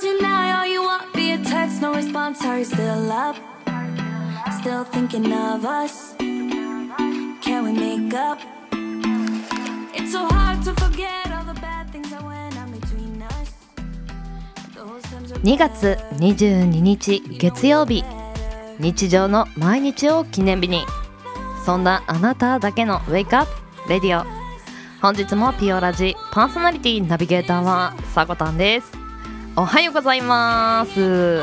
deny all you want via text, no response. Are you still up? Still thinking of us? Can we make up? It's so hard to forget all the bad things that went on between us. 2月22日月曜日、日常の毎日を記念日に、そんなあなただけのウェイクアップレディオ。本日もピオラジパーソナリティナビゲーターはさこたんです。おはようございます。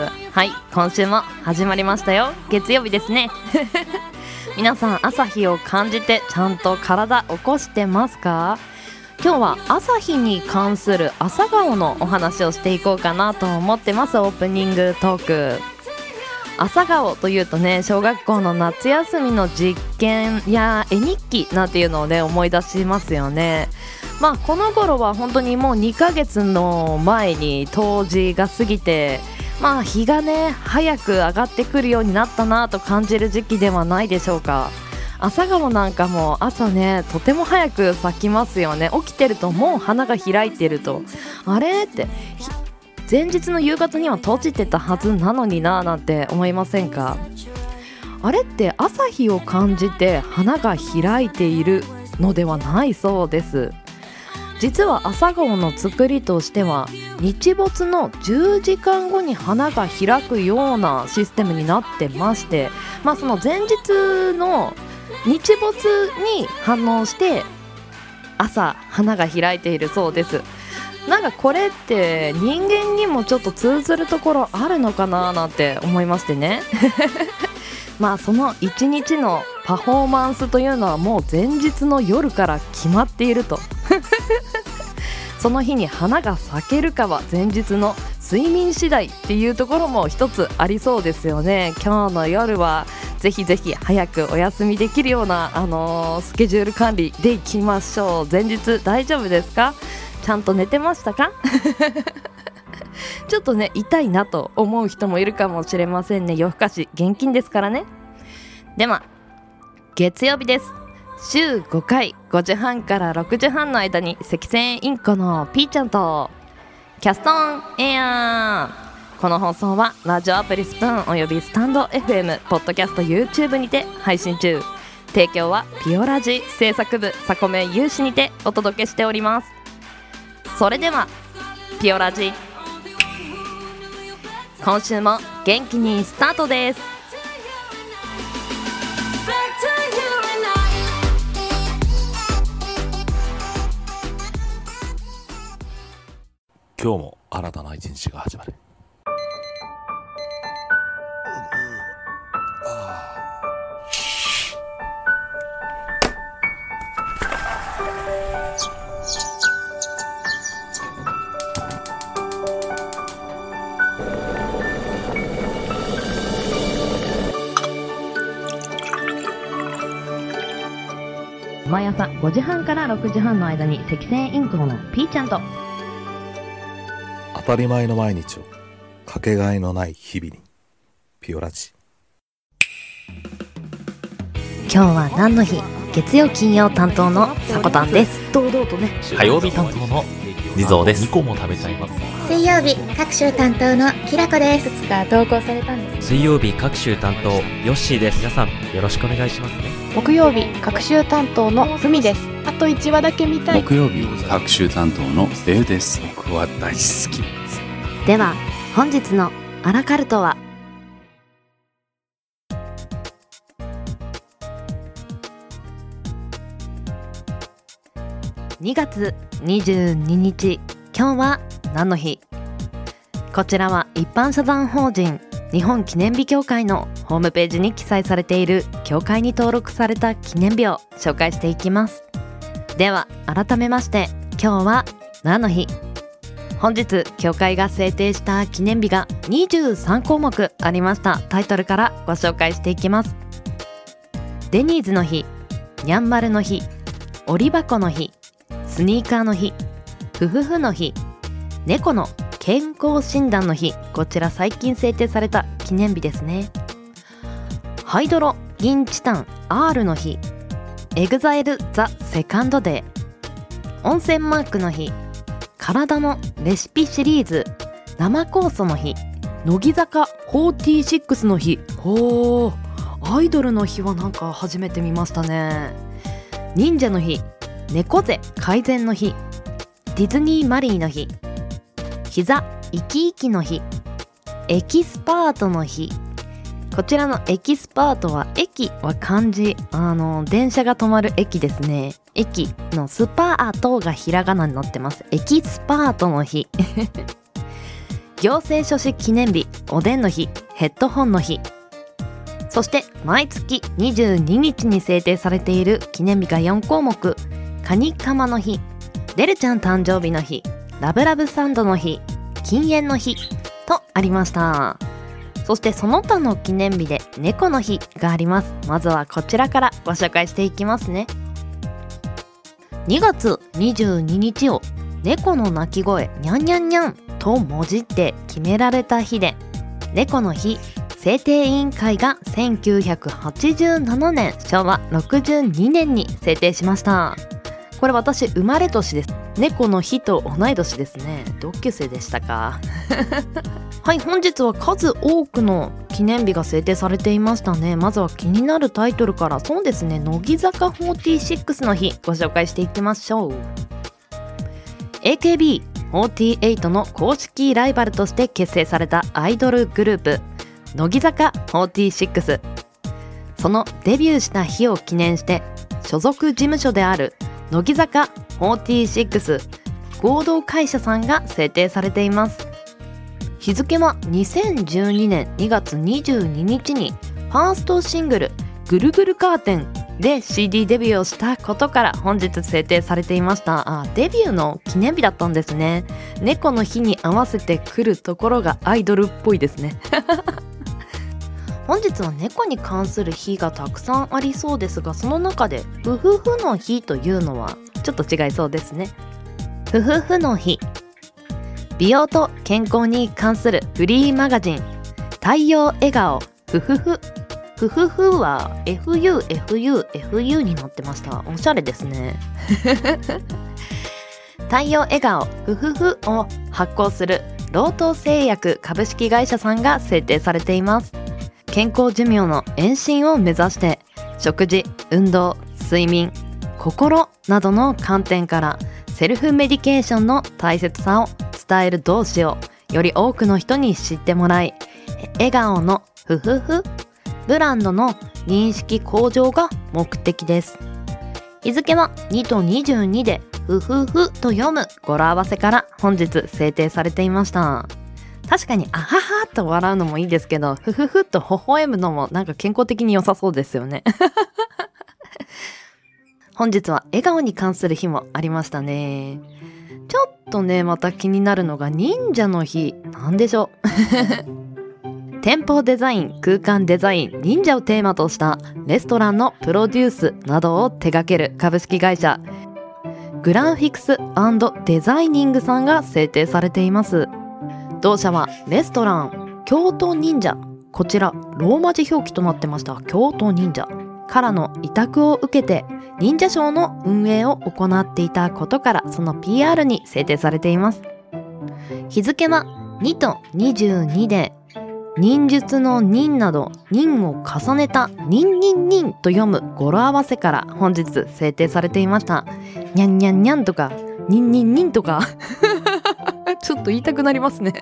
はい、今週も始まりましたよ。月曜日ですね皆さん朝日を感じてちゃんと体起こしてますか？今日は朝日に関する朝顔のお話をしていこうかなと思ってます。オープニングトーク。朝顔というとね、小学校の夏休みの実験や絵日記なんていうのをね思い出しますよね。まあこの頃は本当にもう2ヶ月の前に冬至が過ぎて、まあ日がね早く上がってくるようになったなと感じる時期ではないでしょうか。朝顔なんかも朝ねとても早く咲きますよね。起きてるともう花が開いてると、あれって前日の夕方には閉じてたはずなのにななんて思いませんか？あれって朝日を感じて花が開いているのではないそうです。実は朝顔の作りとしては日没の10時間後に花が開くようなシステムになってまして、まあその前日の日没に反応して朝花が開いているそうです。なんかこれって人間にもちょっと通ずるところあるのかななんて思いましてねまあその一日のパフォーマンスというのはもう前日の夜から決まっているとその日に花が咲けるかは前日の睡眠次第っていうところも一つありそうですよね。今日の夜はぜひぜひ早くお休みできるような、スケジュール管理でいきましょう。前日大丈夫ですか？ちゃんと寝てましたかちょっとね痛いなと思う人もいるかもしれませんね。夜更かし厳禁ですからね。では月曜日です。週5回5時半から6時半の間に赤線インコのピーちゃんとキャストオンエアー。この放送はラジオアプリスプーンおよびスタンド FM ポッドキャスト YouTube にて配信中。提供はピオラジ制作部さこめ有志にてお届けしております。それではピオラジ今週も元気にスタートです。 今日も新たな一日が始まる。 毎朝5時半から6時半の間に赤線インコのピーちゃんと当たり前の毎日をかけがえのない日々に。ピオラジ。 今日は何の日？月曜金曜担当のさこたんです。堂々とね。 火曜日担当の地蔵です。2個も食べちゃいます。 水曜日各週担当のきらこです。いくつか投稿されたんです。 水曜日各週担当ヨッシーです。皆さんよろしくお願いしますね。 木曜日各週担当のふみです。あと1話だけ見たい。 木曜日各週担当のデウです。僕は大好きです。 では本日のアラカルトは2月22日。今日は何の日？こちらは一般社団法人日本記念日協会のホームページに記載されている協会に登録された記念日を紹介していきます。では改めまして今日は何の日？本日協会が制定した記念日が23項目ありました。タイトルからご紹介していきます。デニーズの日、にゃんまるの日、折り箱の日、スニーカーの日、ふふふの日、猫の健康診断の日。こちら最近制定された記念日ですね。ハイドロ銀チタン R の日、エグザイルザセカンドデー、温泉マークの日、体のレシピシリーズ生酵素の日、乃木坂46の日。ほー、アイドルの日はなんか初めて見ましたね。忍者の日、猫背改善の日、ディズニーマリーの日、膝生き生きの日、エキスパートの日。こちらのエキスパートは、駅は漢字、電車が止まる駅ですね。駅のスパートがひらがなになってます。エキスパートの日行政書士記念日、おでんの日、ヘッドホンの日。そして毎月22日に制定されている記念日が4項目。カニカマの日、デルちゃん誕生日の日、ラブラブサンドの日、禁煙の日とありました。そしてその他の記念日で猫の日があります。まずはこちらからご紹介していきますね。2月22日を猫の鳴き声ニャンニャンニャンともじって決められた日で、猫の日制定委員会が1987年昭和62年に制定しました。これ私生まれ年です。猫の日と同い年ですね。同級生でしたかはい、本日は数多くの記念日が制定されていましたね。まずは気になるタイトルから。そうですね、乃木坂46の日ご紹介していきましょう。 AKB48 の公式ライバルとして結成されたアイドルグループ乃木坂46。そのデビューした日を記念して所属事務所である乃木坂46合同会社さんが制定されています。日付は2012年2月22日にファーストシングルぐるぐるカーテンで CD デビューをしたことから本日制定されていました。デビューの記念日だったんですね。猫の日に合わせてくるところがアイドルっぽいですね本日は猫に関する日がたくさんありそうですが、その中でふふふの日というのはちょっと違いそうですね。ふふふの日、美容と健康に関するフリーマガジン太陽笑顔ふふふ。ふふふは FUFUFU になってました。おしゃれですね太陽笑顔ふふふを発行するロート製薬株式会社さんが制定されています。健康寿命の延伸を目指して食事、運動、睡眠、心などの観点からセルフメディケーションの大切さを伝える同志をより多くの人に知ってもらい、笑顔のふふふブランドの認識向上が目的です。日付は2と22でふふふと読む語呂合わせから本日制定されていました。確かにあははと笑うのもいいですけど、ふふふと微笑むのもなんか健康的に良さそうですよね本日は笑顔に関する日もありましたね。ちょっとね、また気になるのが忍者の日なんでしょう店舗デザイン、空間デザイン、忍者をテーマとしたレストランのプロデュースなどを手掛ける株式会社グラフィクス&デザイニングさんが制定されています。同社はレストラン京都忍者、こちらローマ字表記となってました。京都忍者からの委託を受けて忍者ショーの運営を行っていたことから、その PR に制定されています。日付は2と22で忍術の忍など忍を重ねた忍忍忍と読む語呂合わせから本日制定されていました。にゃんにゃんにゃんとかニンニンニンとかちょっと言いたくなりますね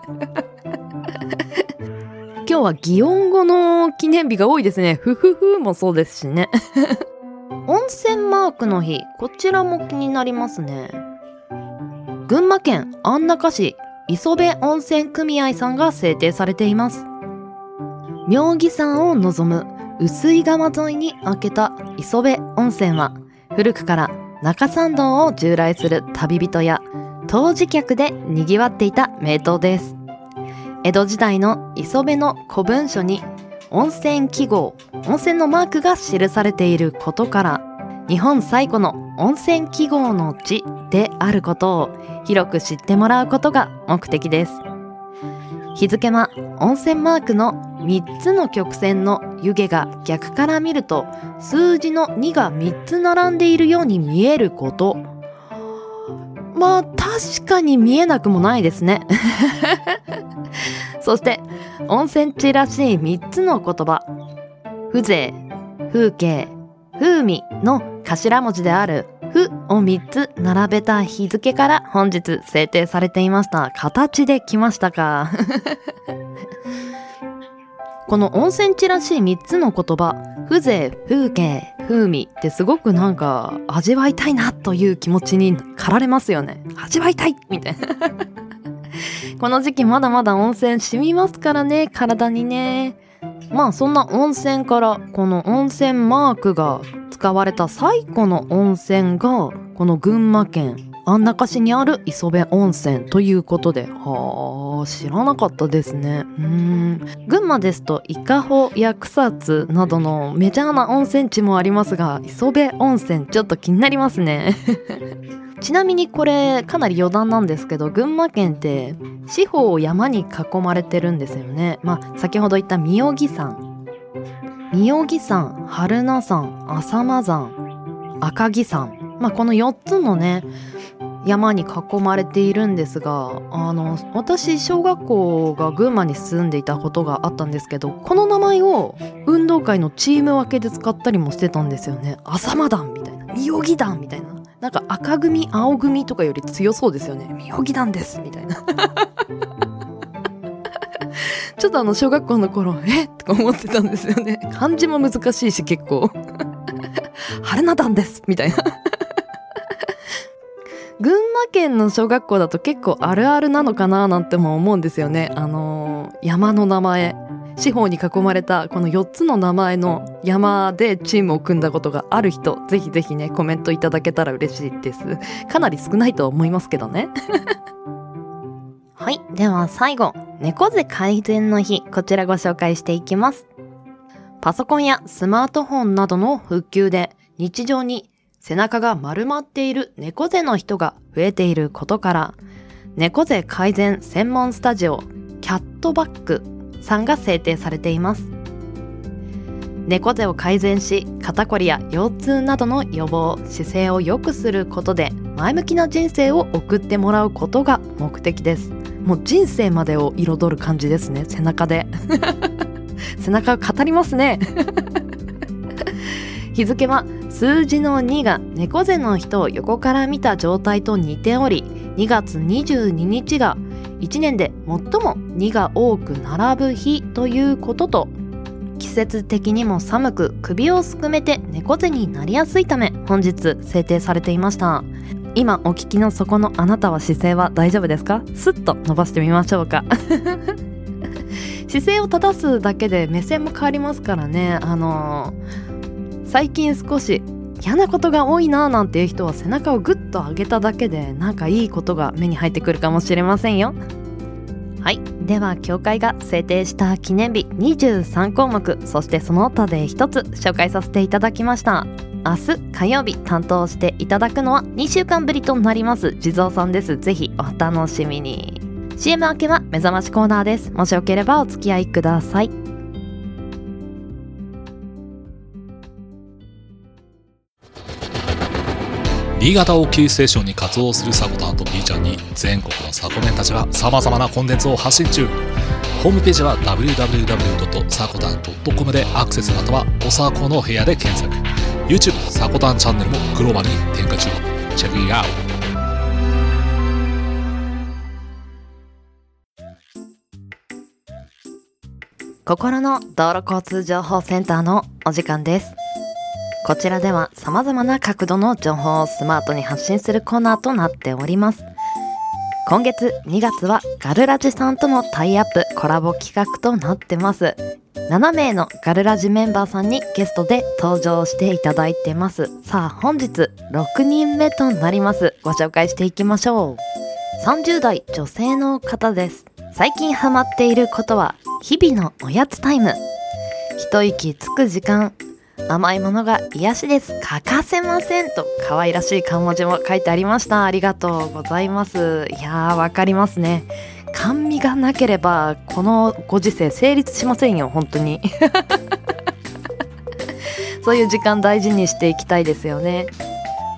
今日は擬音語の記念日が多いですね。ふふふもそうですしね温泉マークの日、こちらも気になりますね。群馬県安中市磯部温泉組合さんが制定されています。妙義山を望む碓井川沿いに開けた磯部温泉は、古くから中山道を従来する旅人や湯治客で賑わっていた名湯です。江戸時代の磯部の古文書に温泉記号、温泉のマークが記されていることから、日本最古の温泉記号の地であることを広く知ってもらうことが目的です。日付は温泉マークの3つの曲線の湯気が逆から見ると数字の2が3つ並んでいるように見えること。まあ確かに見えなくもないですねそして温泉地らしい3つの言葉、風情、風景、風味の頭文字であるふを3つ並べた日付から本日制定されていました。形できましたかこの温泉地らしい3つの言葉、風情、風景、風味ってすごくなんか味わいたいなという気持ちに駆られますよね。味わいたいみたいなこの時期まだまだ温泉染みますからね、体にね。まあそんな温泉からこの温泉マークが使われた最古の温泉がこの群馬県安中市にある磯部温泉ということで、はあ、知らなかったですね。群馬ですと伊香保や草津などのメジャーな温泉地もありますが、磯部温泉ちょっと気になりますねちなみにこれかなり余談なんですけど、群馬県って四方を山に囲まれてるんですよね。先ほど言った妙義山、榛名山、浅間山、赤城山、この4つのね山に囲まれているんですが、私小学校が群馬に住んでいたことがあったんですけど、この名前を運動会のチーム分けで使ったりもしてたんですよね。浅間団みたいな、妙義団みたいな、なんか赤組青組とかより強そうですよね。妙義団ですみたいなちょっと小学校の頃とか思ってたんですよね。漢字も難しいし結構榛名団ですみたいな群馬県の小学校だと結構あるあるなのかななんても思うんですよね。山の名前、四方に囲まれたこの4つの名前の山でチームを組んだことがある人、ぜひぜひねコメントいただけたら嬉しいです。かなり少ないと思いますけどねはい、では最後、猫背改善の日、こちらご紹介していきます。パソコンやスマートフォンなどの普及で日常に背中が丸まっている猫背の人が増えていることから、猫背改善専門スタジオキャットバックさんが制定されています。猫背を改善し、肩こりや腰痛などの予防、姿勢を良くすることで前向きな人生を送ってもらうことが目的です。もう人生までを彩る感じですね、背中で背中が語りますね日付は数字の2が猫背の人を横から見た状態と似ており、2月22日が1年で最も2が多く並ぶ日ということと、季節的にも寒く首をすくめて猫背になりやすいため本日制定されていました。今お聞きのそこのあなたは姿勢は大丈夫ですか？スッと伸ばしてみましょうか姿勢を正すだけで目線も変わりますからね。最近少し嫌なことが多いななんていう人は背中をグッと上げただけでなんかいいことが目に入ってくるかもしれませんよ。はい、では協会が制定した記念日23項目、そしてその他で一つ紹介させていただきました。明日火曜日担当していただくのは2週間ぶりとなります地蔵さんです。ぜひお楽しみに。 CM 明けは目覚ましコーナーです。もしよければお付き合いください。 新潟をキーステーションに活動するサコタンと B ちゃんに全国のサコメンたちがさまざまなコンテンツを発信中。ホームページは www.sakotan.com でアクセス、またはおさこの部屋で検索。 YouTube サコタンチャンネルもグローバルに展開中。チェックイットアウト。 心の道路交通情報センターのお時間です。こちらでは様々な角度の情報をスマートに発信するコーナーとなっております。今月2月はガルラジさんとのタイアップコラボ企画となってます。7名のガルラジメンバーさんにゲストで登場していただいてます。さあ本日6人目となります。ご紹介していきましょう。30代女性の方です。最近ハマっていることは日々のおやつタイム。一息つく時間、甘いものが癒しです。欠かせませんと可愛らしい漢文字も書いてありました。ありがとうございます。いやー、わかりますね。甘味がなければこのご時世成立しませんよ、本当にそういう時間大事にしていきたいですよね。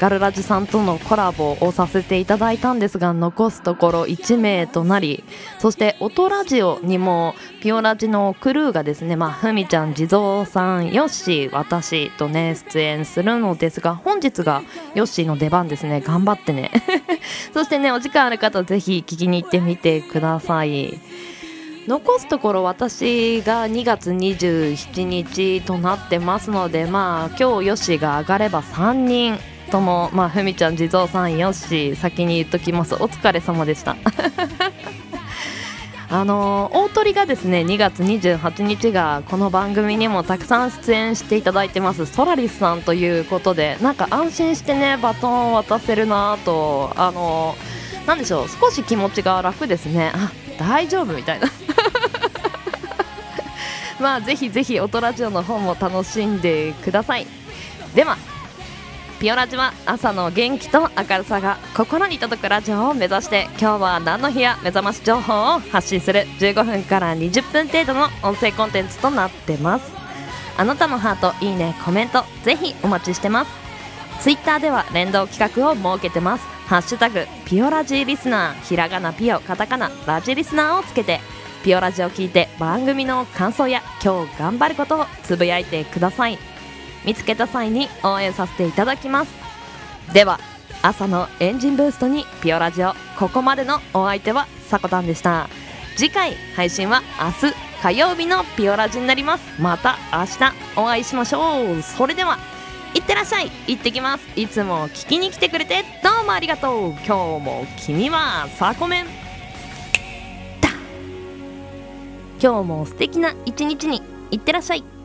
ガルラジさんとのコラボをさせていただいたんですが、残すところ1名となり、そして音ラジオにもピオラジのクルーがですね、ふみちゃん、地蔵さん、ヨッシー、私とね出演するのですが、本日がヨッシーの出番ですね。頑張ってねそしてね、お時間ある方ぜひ聞きに行ってみてください。残すところ私が2月27日となってますので、今日ヨッシーが上がれば3人とも、ふみちゃん、地蔵さん、ヨッシー先に言っときます。お疲れ様でした大鳥がですね2月28日がこの番組にもたくさん出演していただいてますソラリスさんということで、なんか安心してねバトンを渡せるなと、なんでしょう、少し気持ちが楽ですね。大丈夫みたいなぜひぜひ音ラジオの方も楽しんでください。ではピオラジは朝の元気と明るさが心に届くラジオを目指して、今日は何の日や目覚まし情報を発信する15分から20分程度の音声コンテンツとなってます。あなたのハート、いいね、コメントぜひお待ちしてます。ツイッターでは連動企画を設けてます。ハッシュタグピオラジリスナー、ひらがなピオ、カタカナラジリスナーをつけてピオラジを聞いて番組の感想や今日頑張ることをつぶやいてください。見つけた際に応援させていただきます。では朝のエンジンブーストにピオラジオ、ここまでのお相手はさこたんでした。次回配信は明日火曜日のピオラジになります。また明日お会いしましょう。それではいってらっしゃい。行ってきます。いつも聞きに来てくれてどうもありがとう。今日も君はサコメンだ。今日も素敵な一日にいってらっしゃい。